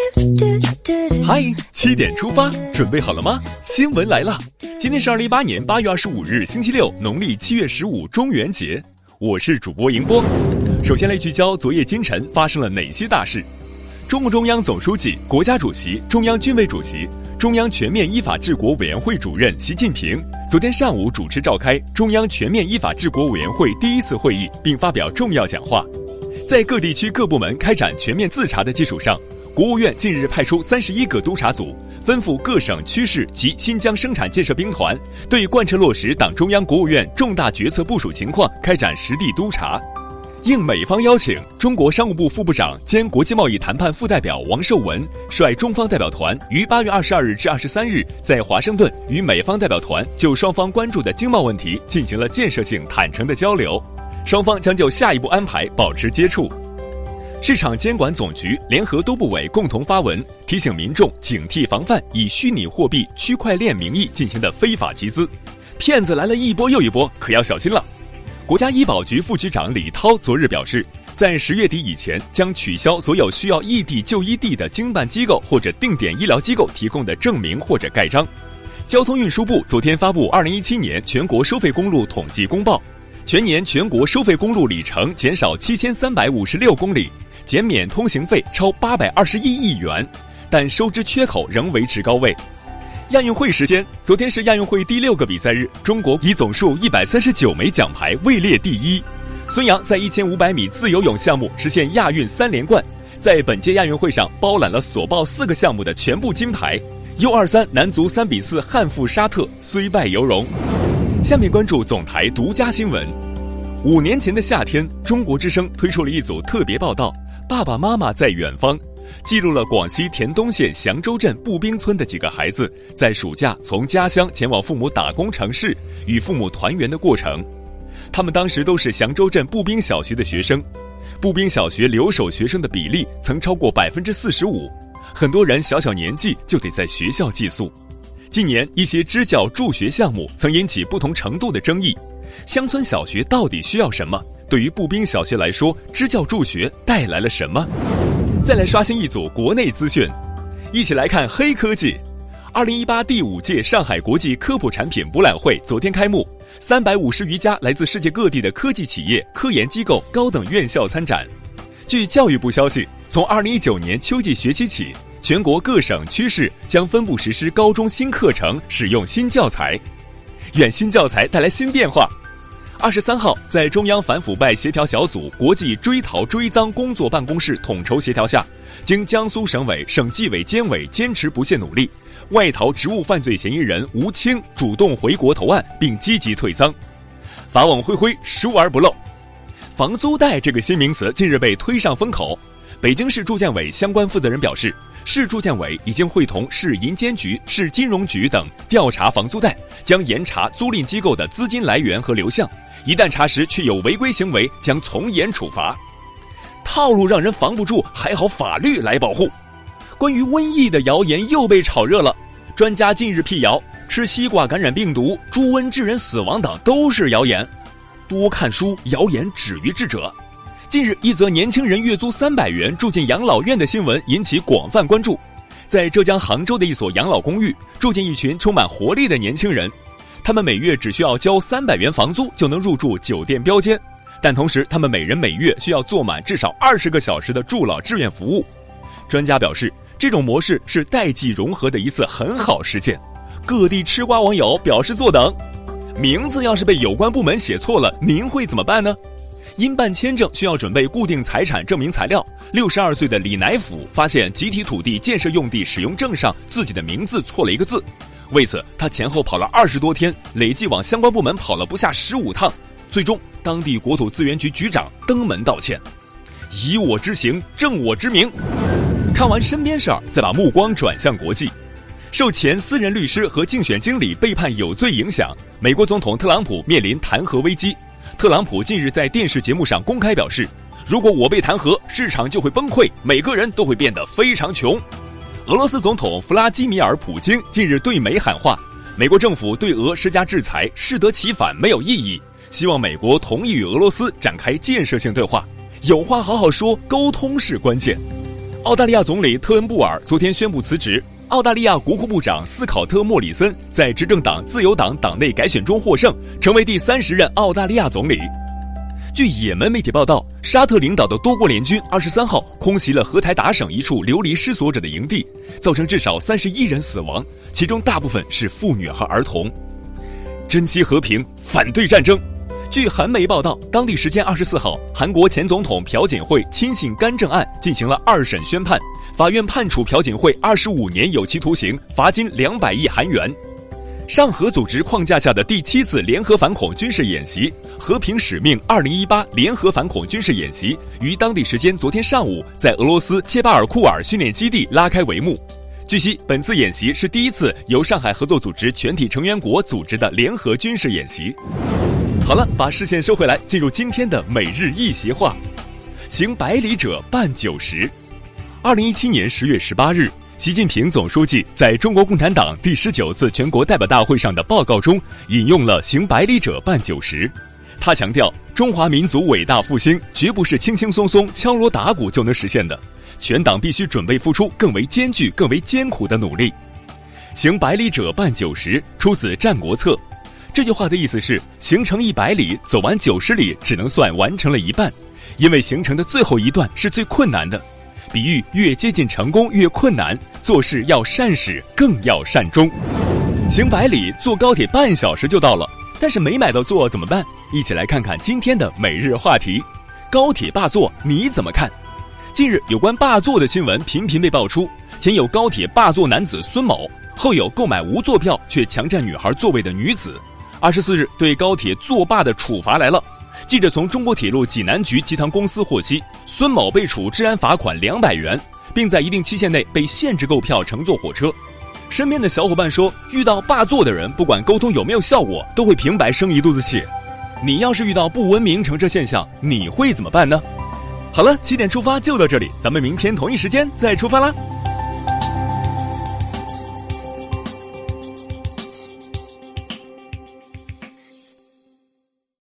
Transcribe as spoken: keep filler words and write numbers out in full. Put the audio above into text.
嗨，七点出发，准备好了吗？新闻来了，今天是二零一八年八月二十五日，星期六，农历七月十五，中元节。我是主播迎波。首先来聚焦昨夜今晨发生了哪些大事。中共中央总书记、国家主席、中央军委主席、中央全面依法治国委员会主任习近平昨天上午主持召开中央全面依法治国委员会第一次会议，并发表重要讲话。在各地区各部门开展全面自查的基础上，国务院近日派出三十一个督查组，吩咐各省区市及新疆生产建设兵团对贯彻落实党中央国务院重大决策部署情况开展实地督查。应美方邀请，中国商务部副部长兼国际贸易谈判副代表王受文率中方代表团于八月二十二日至二十三日在华盛顿与美方代表团就双方关注的经贸问题进行了建设性坦诚的交流，双方将就下一步安排保持接触。市场监管总局联合多部委共同发文，提醒民众警惕防范以虚拟货币区块链名义进行的非法集资，骗子来了一波又一波，可要小心了。国家医保局副局长李涛昨日表示，在十月底以前将取消所有需要异地就医地的经办机构或者定点医疗机构提供的证明或者盖章。交通运输部昨天发布二零一七年全国收费公路统计公报，全年全国收费公路里程减少七千三百五十六公里，减免通行费超八百二十一亿元，但收支缺口仍维持高位。亚运会时间，昨天是亚运会第六个比赛日，中国以总数一百三十九枚奖牌位列第一。孙杨在一千五百米自由泳项目实现亚运三连冠，在本届亚运会上包揽了所报四个项目的全部金牌。U 二十三 男足三比四憾负沙特，虽败犹荣。下面关注总台独家新闻。五年前的夏天，中国之声推出了一组特别报道，爸爸妈妈在远方，记录了广西田东县祥州镇步兵村的几个孩子在暑假从家乡前往父母打工城市与父母团圆的过程。他们当时都是祥州镇步兵小学的学生，步兵小学留守学生的比例曾超过 百分之四十五， 很多人小小年纪就得在学校寄宿。近年一些支教助学项目曾引起不同程度的争议，乡村小学到底需要什么？对于步兵小学来说，支教助学带来了什么？再来刷新一组国内资讯，一起来看黑科技。二零一八第五届上海国际科普产品博览会昨天开幕，三百五十余家来自世界各地的科技企业、科研机构、高等院校参展。据教育部消息，从二零一九年秋季学期起，全国各省区市将分步实施高中新课程使用新教材，愿新教材带来新变化。二十三号，在中央反腐败协调小组国际追逃追赃工作办公室统筹协调下，经江苏省委、省纪委监委坚持不懈努力，外逃职务犯罪嫌疑人吴清主动回国投案并积极退赃，法网恢恢，疏而不漏。房租贷这个新名词近日被推上风口，北京市住建委相关负责人表示，市住建委已经会同市银监局、市金融局等调查房租贷，将严查租赁机构的资金来源和流向，一旦查实确有违规行为，将从严处罚。套路让人防不住，还好法律来保护。关于瘟疫的谣言又被炒热了，专家近日辟谣，吃西瓜感染病毒、猪瘟致人死亡等都是谣言。多看书，谣言止于智者。近日，一则年轻人月租三百元住进养老院的新闻引起广泛关注。在浙江杭州的一所养老公寓，住进一群充满活力的年轻人，他们每月只需要交三百元房租就能入住酒店标间，但同时他们每人每月需要做满至少二十个小时的助老志愿服务。专家表示，这种模式是代际融合的一次很好实践。各地吃瓜网友表示坐等。名字要是被有关部门写错了，您会怎么办呢？因办签证需要准备固定财产证明材料，六十二岁的李乃甫发现集体土地建设用地使用证上自己的名字错了一个字，为此他前后跑了二十多天，累计往相关部门跑了不下十五趟，最终当地国土资源局局长登门道歉。以我之行，正我之名。看完身边事儿，再把目光转向国际。受前私人律师和竞选经理被判有罪影响，美国总统特朗普面临弹劾危机。特朗普近日在电视节目上公开表示，如果我被弹劾，市场就会崩溃，每个人都会变得非常穷。俄罗斯总统弗拉基米尔·普京近日对美喊话，美国政府对俄施加制裁适得其反，没有意义，希望美国同意与俄罗斯展开建设性对话，有话好好说，沟通是关键。 澳大利亚总理特恩布尔昨天宣布辞职，澳大利亚国库部长斯考特·莫里森在执政党自由党党内改选中获胜，成为第三十任澳大利亚总理。据也门媒体报道，沙特领导的多国联军二十三号空袭了荷台达省一处流离失所者的营地，造成至少三十一人死亡，其中大部分是妇女和儿童。珍惜和平，反对战争。据韩媒报道，当地时间二十四号，韩国前总统朴槿惠亲信干政案进行了二审宣判，法院判处朴槿惠二十五年有期徒刑，罚金两百亿韩元。上合组织框架下的第七次联合反恐军事演习“和平使命二零一八”联合反恐军事演习于当地时间昨天上午在俄罗斯切巴尔库尔训练基地拉开帷幕。据悉，本次演习是第一次由上海合作组织全体成员国组织的联合军事演习。好了，把视线收回来，进入今天的每日一席话。行百里者半九十。二零一七年十月十八日，习近平总书记在中国共产党第十九次全国代表大会上的报告中引用了行百里者半九十。他强调，中华民族伟大复兴绝不是轻轻松松敲锣打鼓就能实现的，全党必须准备付出更为艰巨、更为艰苦的努力。行百里者半九十出自《战国策》。这句话的意思是，行程一百里，走完九十里，只能算完成了一半，因为行程的最后一段是最困难的。比喻越接近成功越困难，做事要善始，更要善终。行百里，坐高铁半小时就到了，但是没买到座怎么办？一起来看看今天的每日话题：高铁霸座你怎么看？近日有关霸座的新闻频频被爆出，前有高铁霸座男子孙某，后有购买无座票却强占女孩座位的女子。二十四日，对高铁作霸的处罚来了。记者从中国铁路济南局集团公司获悉，孙某被处治安罚款两百元，并在一定期限内被限制购票乘坐火车。身边的小伙伴说，遇到霸座的人，不管沟通有没有效果，都会平白生一肚子气。你要是遇到不文明乘车现象，你会怎么办呢？好了，七点出发就到这里，咱们明天同一时间再出发啦。